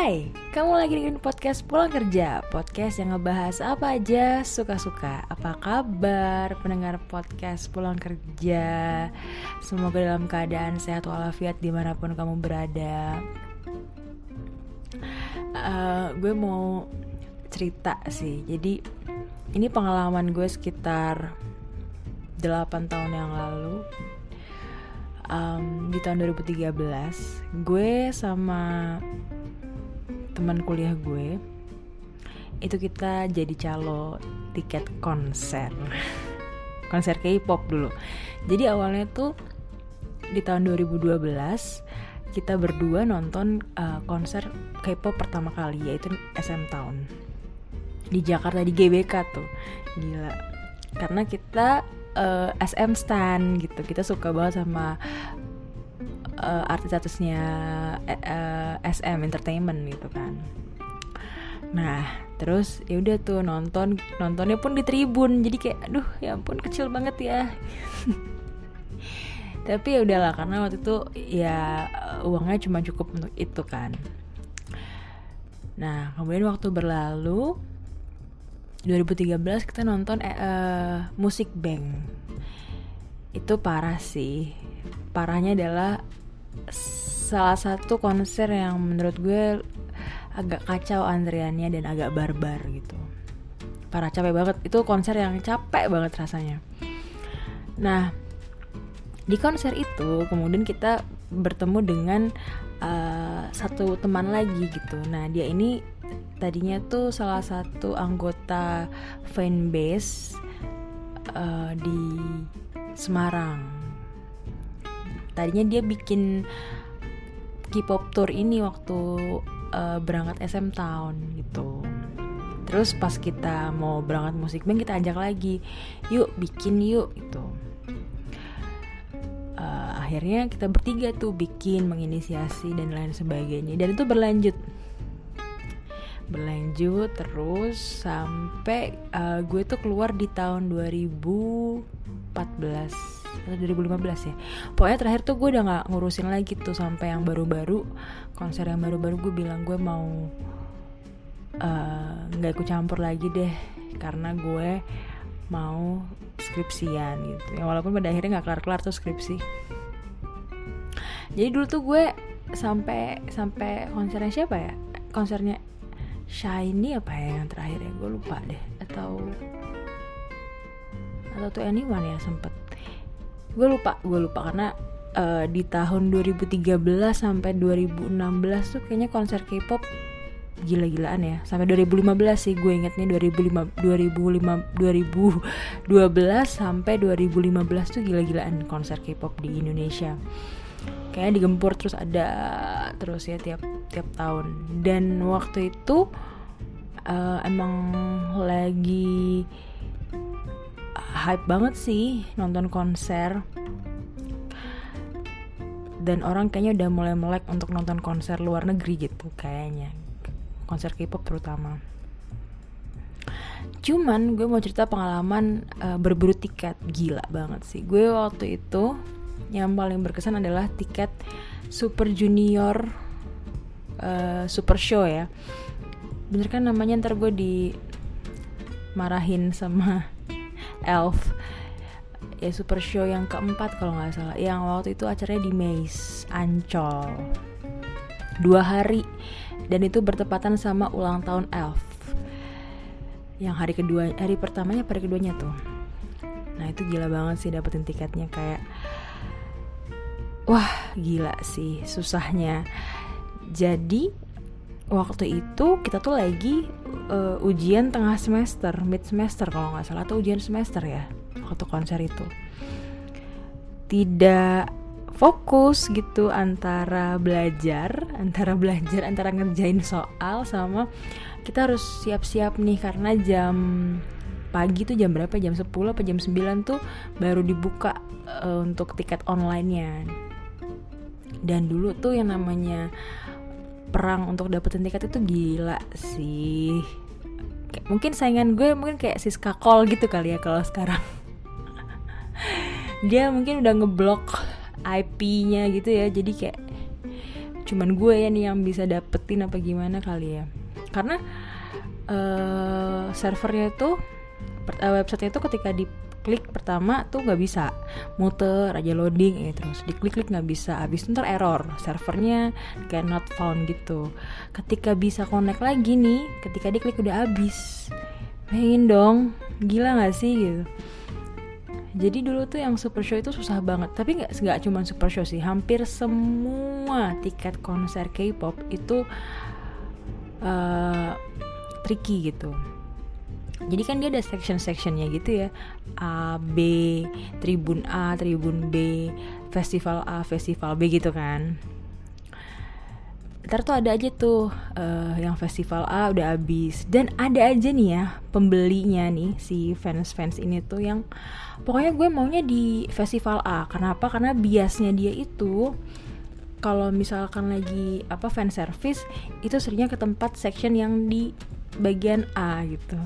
Hai, kamu lagi dengerin podcast Pulang Kerja. Podcast yang ngebahas apa aja suka-suka. Apa kabar pendengar podcast Pulang Kerja? Semoga dalam keadaan sehat walafiat dimanapun kamu berada. Gue mau cerita sih. Jadi ini pengalaman gue sekitar 8 tahun yang lalu. Di tahun 2013 gue sama teman kuliah gue itu kita jadi calo tiket konser K-pop dulu. Jadi awalnya tuh di tahun 2012 kita berdua nonton konser K-pop pertama kali, yaitu SM Town di Jakarta, di GBK tuh. Gila, karena kita SM stan gitu, kita suka banget sama artis-artisnya SM Entertainment gitu kan. Nah terus ya udah tuh nontonnya pun di tribun, jadi kayak aduh ya ampun kecil banget ya. Tapi ya udahlah, karena waktu itu ya uangnya cuma cukup untuk itu kan. Nah kemudian waktu berlalu 2013 kita nonton Music Bank. Itu parah sih. Parahnya adalah salah satu konser yang menurut gue agak kacau antriannya dan agak barbar gitu. Parah, capek banget. Itu konser yang capek banget rasanya. Nah, di konser itu kemudian kita bertemu dengan satu teman lagi gitu. Nah, dia ini tadinya tuh salah satu anggota fanbase di Semarang. Tadinya dia bikin K-pop tour ini waktu berangkat SM Town gitu. Terus pas kita mau berangkat Music Bank, kita ajak lagi, yuk bikin yuk gitu. Akhirnya kita bertiga tuh bikin, menginisiasi dan lain sebagainya. Dan itu berlanjut terus sampai gue tuh keluar di tahun 2014 atau 2015 ya. Pokoknya terakhir tuh gue udah gak ngurusin lagi tuh sampai yang baru-baru. Konser yang baru-baru gue bilang gue mau gak ikut campur lagi deh, karena gue mau skripsian gitu ya. Walaupun pada akhirnya gak kelar-kelar tuh skripsi. Jadi dulu tuh gue sampai konsernya siapa ya? Konsernya Shiny apa ya yang terakhir ya? Gue lupa deh. Atau tuh Anyone ya sempet. Gue lupa karena di tahun 2013 sampai 2016 tuh kayaknya konser K-pop gila-gilaan ya. Sampai 2015 sih gue ingetnya, 2012 sampai 2015 tuh gila-gilaan konser K-pop di Indonesia. Kayaknya digempur terus ya tiap tahun. Dan waktu itu emang lagi hype banget sih nonton konser. Dan orang kayaknya udah mulai melek untuk nonton konser luar negeri gitu kayaknya. Konser K-pop terutama. Cuman gue mau cerita pengalaman berburu tiket. Gila banget sih. Gue waktu itu yang paling berkesan adalah tiket Super Junior Super Show ya. Bener kan namanya, ntar gue dimarahin sama Elf ya. Super Show yang keempat kalau gak salah, yang waktu itu acaranya di Maze Ancol 2 hari. Dan itu bertepatan sama ulang tahun Elf, yang hari pertamanya apa hari keduanya tuh. Nah itu gila banget sih dapetin tiketnya, kayak wah gila sih susahnya. Jadi waktu itu kita tuh lagi ujian tengah semester, mid semester kalau gak salah, atau ujian semester ya waktu konser itu. Tidak fokus gitu antara ngerjain soal sama kita harus siap-siap nih, karena jam pagi tuh jam berapa, jam 10 apa jam 9 tuh baru dibuka untuk tiket online-nya. Dan dulu tuh yang namanya perang untuk dapetin tiket itu gila sih. Mungkin saingan gue kayak Siska Call gitu kali ya kalau sekarang. Dia mungkin udah ngeblok IP-nya gitu ya, jadi kayak cuman gue ya nih yang bisa dapetin apa gimana kali ya. Karena servernya tuh websitenya tuh ketika diklik pertama tuh nggak bisa, muter aja loading terus diklik-klik nggak bisa, abis itu ntar error servernya kayak not found gitu. Ketika bisa connect lagi nih, ketika diklik udah abis, pengen dong, gila nggak sih gitu. Jadi dulu tuh yang Super Show itu susah banget, tapi nggak cuma Super Show sih, hampir semua tiket konser K-pop itu tricky gitu. Jadi kan dia ada section-sectionnya gitu ya, A, B, Tribun A, Tribun B, Festival A, Festival B gitu kan. Ntar tuh ada aja tuh yang Festival A udah habis, dan ada aja nih ya pembelinya nih, si fans-fans ini tuh yang pokoknya gue maunya di Festival A. Kenapa? Karena biasnya dia itu kalau misalkan lagi fan service itu seringnya ke tempat section yang di bagian A gitu.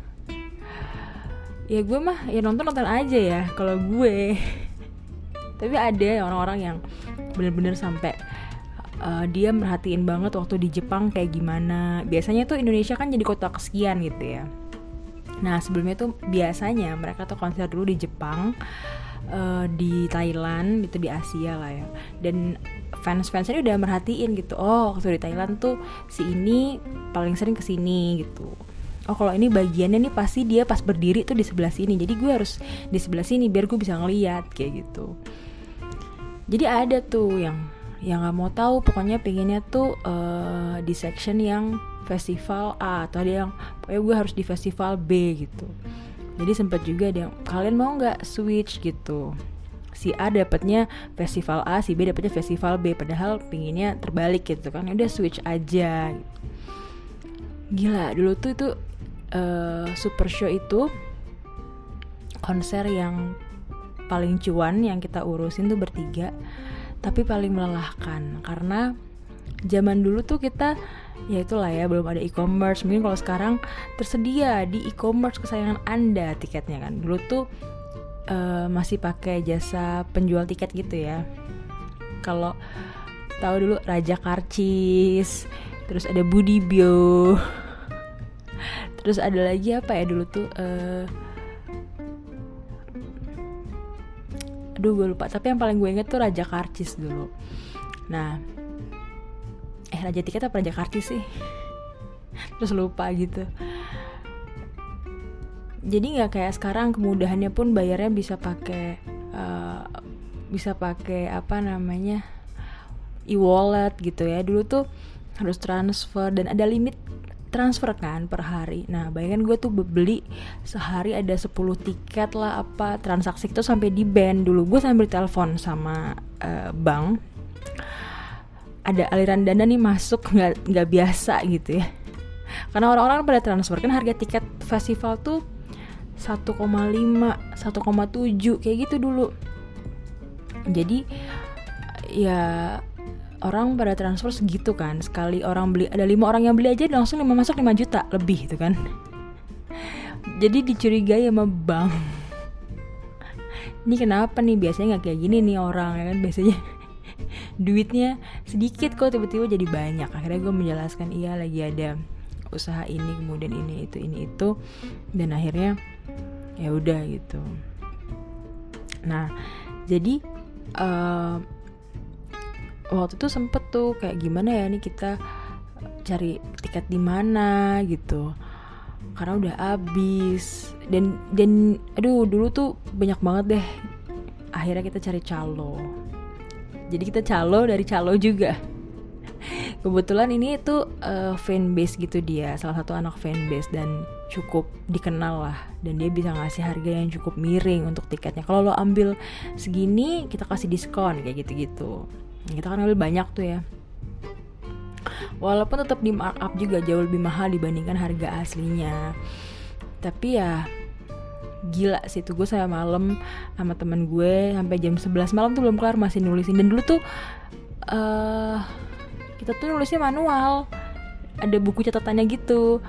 Ya gue mah ya nonton aja ya kalau gue. Tapi ada orang-orang yang bener-bener sampai dia merhatiin banget waktu di Jepang kayak gimana. Biasanya tuh Indonesia kan jadi kota kesekian gitu ya. Nah sebelumnya tuh biasanya mereka tuh konser dulu di Jepang, di Thailand, itu di Asia lah ya. Dan fans-fansnya udah merhatiin gitu. Oh waktu di Thailand tuh si ini paling sering kesini gitu. Oh kalau ini bagiannya nih pasti dia pas berdiri tuh di sebelah sini, jadi gue harus di sebelah sini biar gue bisa ngeliat kayak gitu. Jadi ada tuh yang nggak mau tahu, pokoknya pengennya tuh di section yang festival A, atau ada yang pokoknya gue harus di festival B gitu. Jadi sempet juga ada yang, kalian mau nggak switch gitu, si A dapatnya festival A, si B dapatnya festival B, padahal pengennya terbalik gitu kan. Udah switch aja gitu. Gila dulu tuh itu Super Show itu konser yang paling cuan yang kita urusin tuh bertiga, tapi paling melelahkan karena zaman dulu tuh kita ya itulah ya, belum ada e-commerce. Mungkin kalau sekarang tersedia di e-commerce kesayangan Anda tiketnya kan. Dulu tuh masih pakai jasa penjual tiket gitu ya. Kalau tahu dulu Raja Karcis, terus ada Budi Bio, terus ada lagi apa ya dulu tuh aduh gue lupa, tapi yang paling gue inget tuh Raja Karcis dulu. Nah Raja Tiket apa Raja Karcis sih terus lupa gitu. Jadi nggak kayak sekarang, kemudahannya pun bayarnya bisa pakai apa namanya e-wallet gitu ya. Dulu tuh harus transfer dan ada limit transfer kan per hari. Nah bayangin gue tuh beli sehari ada 10 tiket lah apa, transaksi itu sampai di ban. Dulu gue sambil telepon sama bank, ada aliran dana nih masuk nggak biasa gitu ya, karena orang-orang pada transfer kan. Harga tiket festival tuh 1,5 1,7 kayak gitu dulu. Jadi ya orang pada transfer segitu kan. Sekali orang beli, ada 5 orang yang beli aja langsung masuk 5 juta lebih gitu kan. Jadi dicurigai sama bank, ini kenapa nih, biasanya gak kayak gini nih orang ya kan, biasanya duitnya sedikit kok tiba-tiba jadi banyak. Akhirnya gue menjelaskan iya lagi ada usaha ini, kemudian ini itu, dan akhirnya ya udah gitu. Nah jadi waktu itu sempet tuh kayak gimana ya nih kita cari tiket di mana gitu, karena udah habis. Dan aduh dulu tuh banyak banget deh. Akhirnya kita cari calo. Jadi kita calo dari calo juga. Kebetulan ini tuh fanbase gitu, dia salah satu anak fanbase dan cukup dikenal lah, dan dia bisa ngasih harga yang cukup miring untuk tiketnya. Kalau lo ambil segini kita kasih diskon kayak gitu-gitu. Kita kan ambil banyak tuh ya, walaupun tetap di markup juga jauh lebih mahal dibandingkan harga aslinya. Tapi ya gila sih tuh, gue sampai malam sama temen gue sampai jam 11 malam tuh belum kelar masih nulisin. Dan dulu tuh kita tuh nulisnya manual, ada buku catatannya gitu.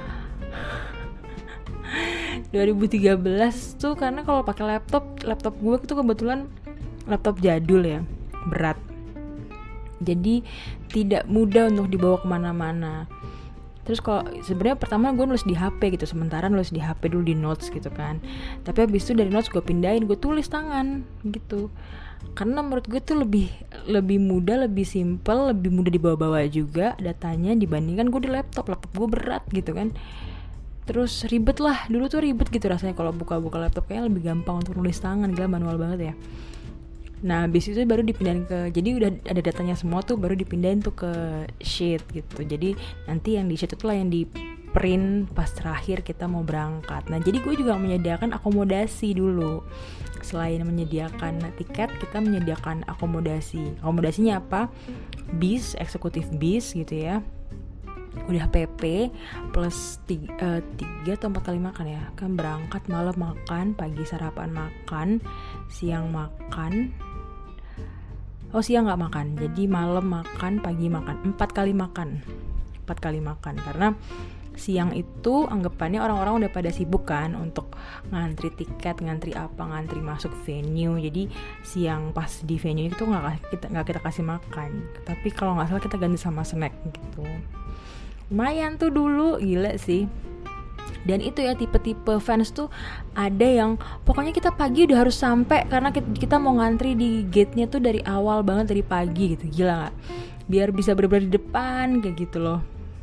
2013 tuh, karena kalau pakai laptop gue tuh kebetulan laptop jadul ya, berat. jadi tidak mudah untuk dibawa kemana-mana. Terus kalau sebenarnya pertama gue nulis di HP gitu, sementara nulis di HP dulu di notes gitu kan. Tapi habis itu dari notes gue pindahin, gue tulis tangan gitu. Karena menurut gue tuh lebih mudah, lebih simple, lebih mudah dibawa-bawa juga datanya dibandingkan gue di laptop gue berat gitu kan. Terus ribet lah, dulu tuh ribet gitu rasanya kalau buka-buka laptop, kayaknya lebih gampang untuk nulis tangan, gila manual banget ya. Nah habis itu baru dipindahin jadi udah ada datanya semua tuh, baru dipindahin tuh ke sheet gitu. Jadi nanti yang di sheet itu lah yang di print pas terakhir kita mau berangkat. Nah jadi gue juga menyediakan akomodasi dulu. Selain menyediakan tiket, kita menyediakan akomodasinya apa? Bis, eksekutif bis gitu ya, udah PP plus 3 atau 4 kali makan ya kan. Berangkat, malam makan, pagi sarapan makan, siang makan, siang nggak makan, jadi malam makan, pagi makan, 4 kali makan karena siang itu anggapannya orang-orang udah pada sibuk kan untuk ngantri tiket, ngantri masuk venue. Jadi siang pas di venue itu nggak kita kasih makan, tapi kalau nggak salah kita ganti sama snack gitu. Lumayan tuh dulu, gila sih. Dan itu ya tipe-tipe fans tuh ada yang pokoknya kita pagi udah harus sampai karena kita mau ngantri di gate-nya tuh dari awal banget, dari pagi gitu. Gila gak? Biar bisa bener-bener di depan kayak gitu loh.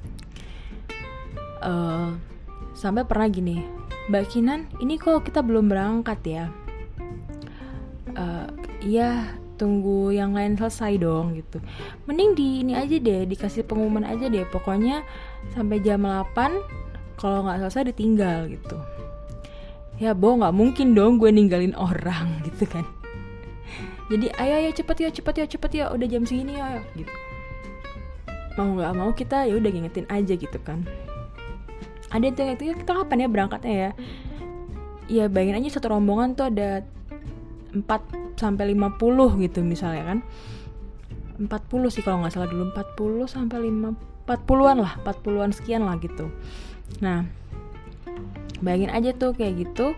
Sampai pernah gini, Mbak Kinan, ini kok kita belum berangkat ya? Iya, tunggu yang lain selesai dong gitu. Mending ini aja deh, dikasih pengumuman aja deh. Pokoknya sampai jam 8 kalau nggak selesai ditinggal gitu. Ya nggak mungkin dong gue ninggalin orang gitu kan. Jadi ayo cepet ya, udah jam segini ayo gitu. Mau nggak mau kita ya udah ngingetin aja gitu kan. Ada yang itu ya, kita kapan ya berangkatnya ya? Ya bayangin aja satu rombongan tuh ada 4 sampai 50 gitu misalnya kan. 40 sih kalau nggak salah dulu, 40 sampai 40-an lah, 40-an sekian lah gitu. Nah, bayangin aja tuh kayak gitu,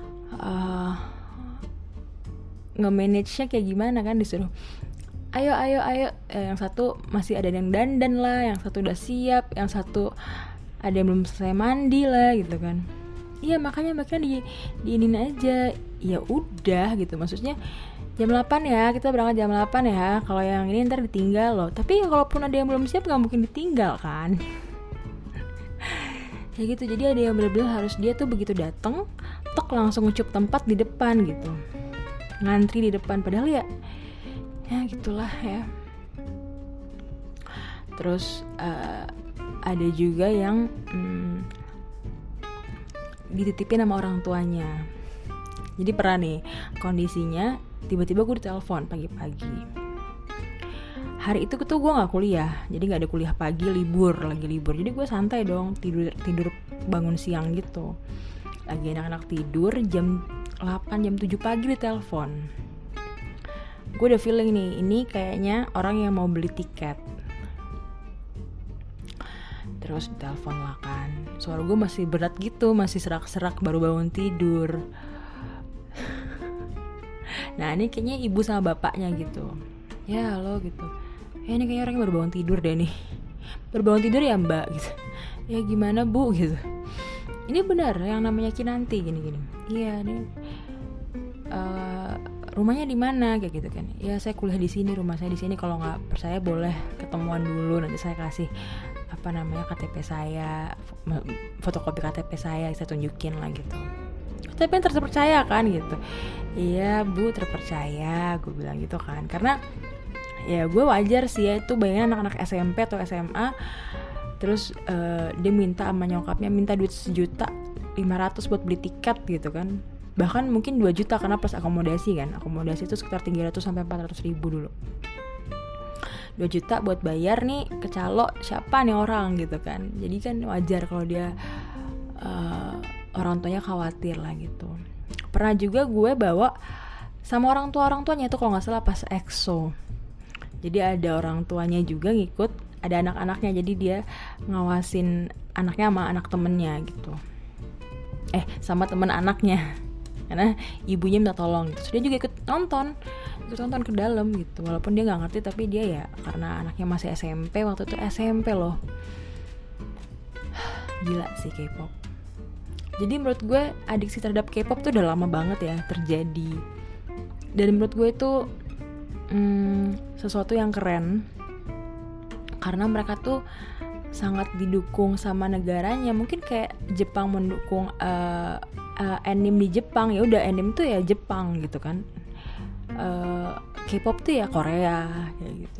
nge-manage-nya kayak gimana kan, disuruh ayo yang satu masih ada yang dandan lah, yang satu udah siap, yang satu ada yang belum selesai mandi lah gitu kan. Iya makanya diinin aja. Ya udah gitu, maksudnya jam 8 ya, kita berangkat jam 8 ya, kalau yang ini ntar ditinggal loh. Tapi kalaupun ada yang belum siap gak mungkin ditinggal kan. Ya gitu, jadi ada yang bener-bener harus dia tuh begitu dateng tok langsung ngecup tempat di depan gitu, ngantri di depan, padahal ya gitulah ya. Terus ada juga yang dititipin sama orang tuanya. Jadi pernah nih kondisinya, tiba-tiba gue ditelepon pagi-pagi. Hari itu tuh gue nggak kuliah, jadi nggak ada kuliah pagi, lagi libur. Jadi gue santai dong, tidur bangun siang gitu. Lagi anak-anak tidur, jam 8, jam 7 pagi ditelepon. Gue udah feeling nih, ini kayaknya orang yang mau beli tiket. Terus ditelepon lah kan, suara gue masih berat gitu, masih serak-serak, baru bangun tidur. Nah ini kayaknya ibu sama bapaknya gitu. Ya halo gitu, ini kayaknya orangnya baru bangun tidur deh nih. Baru bangun tidur ya mbak gitu. Ya gimana bu gitu. Ini benar yang namanya Kinanti gini-gini. Iya nih, rumahnya di mana kayak gitu kan. Ya saya kuliah di sini, rumah saya di sini. Kalau nggak percaya boleh ketemuan dulu, nanti saya kasih KTP saya, fotokopi KTP saya tunjukin lah gitu. Tapi yang terpercaya kan gitu. Iya bu, terpercaya, gue bilang gitu kan. Karena ya gue wajar sih ya, itu bayangin anak-anak SMP atau SMA. Terus dia minta sama nyokapnya, minta duit 1.500.000 buat beli tiket gitu kan. Bahkan mungkin 2 juta karena plus akomodasi kan. Akomodasi itu sekitar 300 sampai 400 ribu dulu. 2 juta buat bayar nih ke calo, siapa nih orang gitu kan. Jadi kan wajar kalau dia orang tuanya khawatir lah gitu. Pernah juga gue bawa sama orang tuanya itu kalau nggak salah pas EXO. Jadi ada orang tuanya juga ngikut, ada anak-anaknya, jadi dia ngawasin anaknya sama anak temennya gitu. Sama temen anaknya, karena ibunya minta tolong gitu. Terus dia juga ikut nonton. ikut nonton ke dalam gitu, walaupun dia nggak ngerti, tapi dia ya karena anaknya masih SMP, waktu itu SMP loh. Gila sih K-pop. Jadi menurut gue adiksi terhadap K-pop tuh udah lama banget ya terjadi, dan menurut gue itu sesuatu yang keren karena mereka tuh sangat didukung sama negaranya. Mungkin kayak Jepang mendukung anime di Jepang, ya udah anime tuh ya Jepang gitu kan. K-pop tuh ya Korea kayak gitu.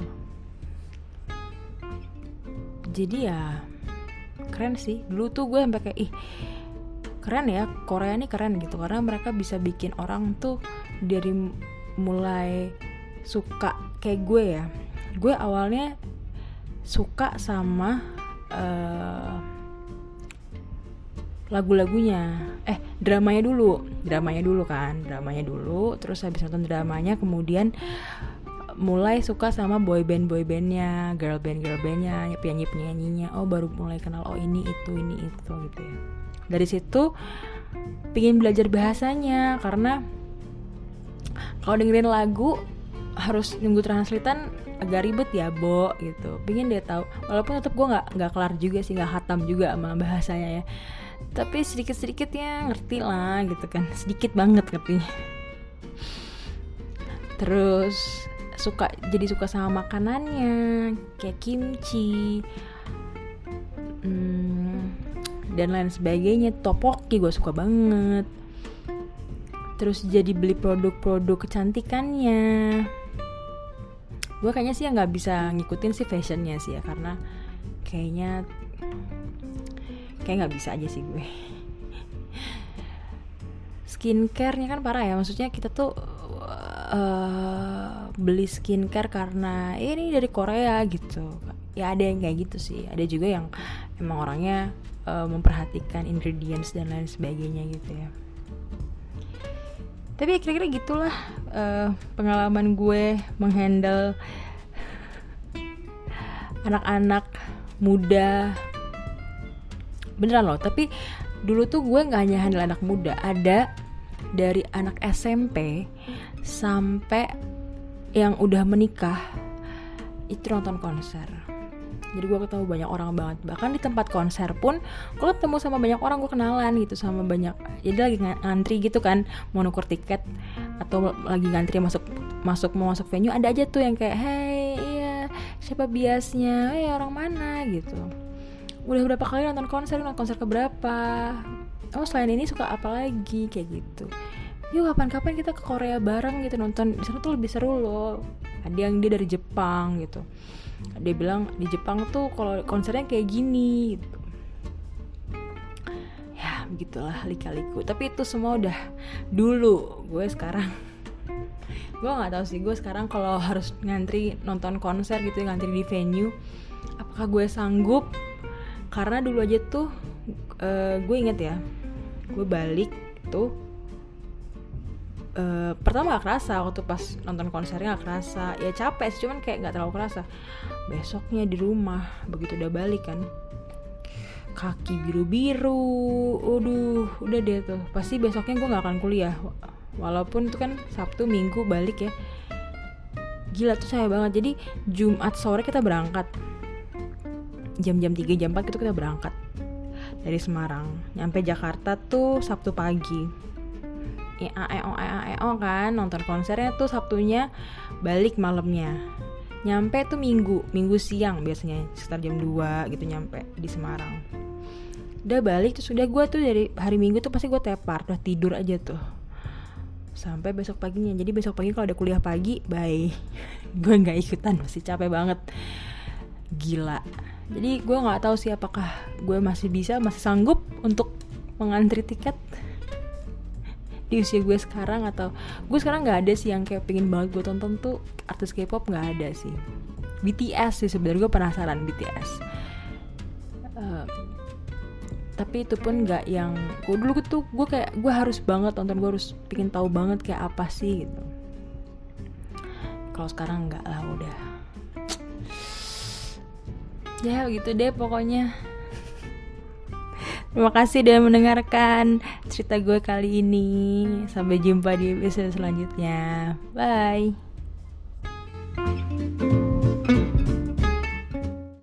Jadi ya keren sih. Dulu tuh gue sampai kayak keren ya, Korea nih keren gitu, karena mereka bisa bikin orang tuh dari mulai suka. Kayak gue ya, gue awalnya suka sama lagu-lagunya, dramanya dulu kan, terus habis nonton dramanya kemudian mulai suka sama boybandnya, girl bandnya, penyanyinya. Oh baru mulai kenal, oh ini itu gitu ya. Dari situ pingin belajar bahasanya, karena kalau dengerin lagu harus nunggu translatean agak ribet ya gitu. Pingin dia tahu, walaupun tetap gue nggak kelar juga sih, nggak khatam juga sama bahasanya ya, tapi sedikit-sedikitnya ngerti lah gitu kan, sedikit banget ngertinya. Terus jadi suka sama makanannya kayak kimchi dan lain sebagainya. Tteokbokki gue suka banget. Terus jadi beli produk-produk kecantikannya. Gue kayaknya sih nggak bisa ngikutin sih fashionnya sih ya, karena kayak nggak bisa aja sih gue. Skincare-nya kan parah ya, maksudnya kita tuh beli skincare karena ini dari Korea gitu. Ya ada yang kayak gitu sih, ada juga yang emang orangnya memperhatikan ingredients dan lain sebagainya gitu ya. Tapi kira-kira gitulah pengalaman gue menghandle anak-anak muda. Beneran loh, tapi dulu tuh gue gak hanya handle anak muda, ada dari anak SMP sampai yang udah menikah itu nonton konser. Jadi gue ketemu banyak orang banget. Bahkan di tempat konser pun gue ketemu sama banyak orang, gue kenalan gitu sama banyak. Jadi lagi ngantri gitu kan, mau nuker tiket atau lagi ngantri mau masuk venue, ada aja tuh yang kayak, hey iya siapa biasnya, orang mana gitu. Udah berapa kali nonton konser keberapa? Oh selain ini suka apa lagi kayak gitu. Yuk kapan-kapan kita ke Korea bareng gitu, nonton di sana tuh lebih seru loh. Ada yang dia dari Jepang gitu, dia bilang di Jepang tuh kalau konsernya kayak gini gitu. Ya begitulah lika-liku. Tapi itu semua udah dulu. Gue sekarang gue nggak tahu sih, gue sekarang kalau harus ngantri nonton konser gitu, ngantri di venue, apakah gue sanggup? Karena dulu aja tuh gue inget ya, gue balik tuh pertama gak kerasa, waktu pas nonton konsernya gak kerasa, ya capek sih, cuman kayak gak terlalu kerasa. Besoknya di rumah begitu udah balik kan, kaki biru-biru, udah deh tuh, pasti besoknya gue gak akan kuliah, walaupun itu kan Sabtu Minggu balik ya. Gila tuh saya banget. Jadi Jumat sore kita berangkat, jam 3 jam 4 gitu kita berangkat dari Semarang, nyampe Jakarta tuh Sabtu pagi. Kan nonton konsernya tuh Sabtunya, balik malamnya, nyampe tuh Minggu siang biasanya sekitar jam 2 gitu nyampe di Semarang. Udah balik tuh sudah gue tuh dari hari Minggu tuh pasti gue tepar, udah tidur aja tuh sampai besok paginya. Jadi besok pagi kalau ada kuliah pagi, bye. Gue nggak ikutan, masih capek banget, gila. Jadi gue nggak tahu sih apakah gue masih sanggup untuk mengantri tiket di usia gue sekarang, atau gue sekarang nggak ada sih yang kayak pengen banget gue tonton tuh artis K-pop, nggak ada sih. BTS sih sebenarnya gue penasaran BTS, tapi itu pun nggak yang gue dulu tuh gue kayak gue harus banget nonton, gue harus pengen tahu banget kayak apa sih gitu. Kalau sekarang nggak lah, udah ya begitu deh pokoknya. Terima kasih udah mendengarkan cerita gue kali ini. Sampai jumpa di episode selanjutnya. Bye.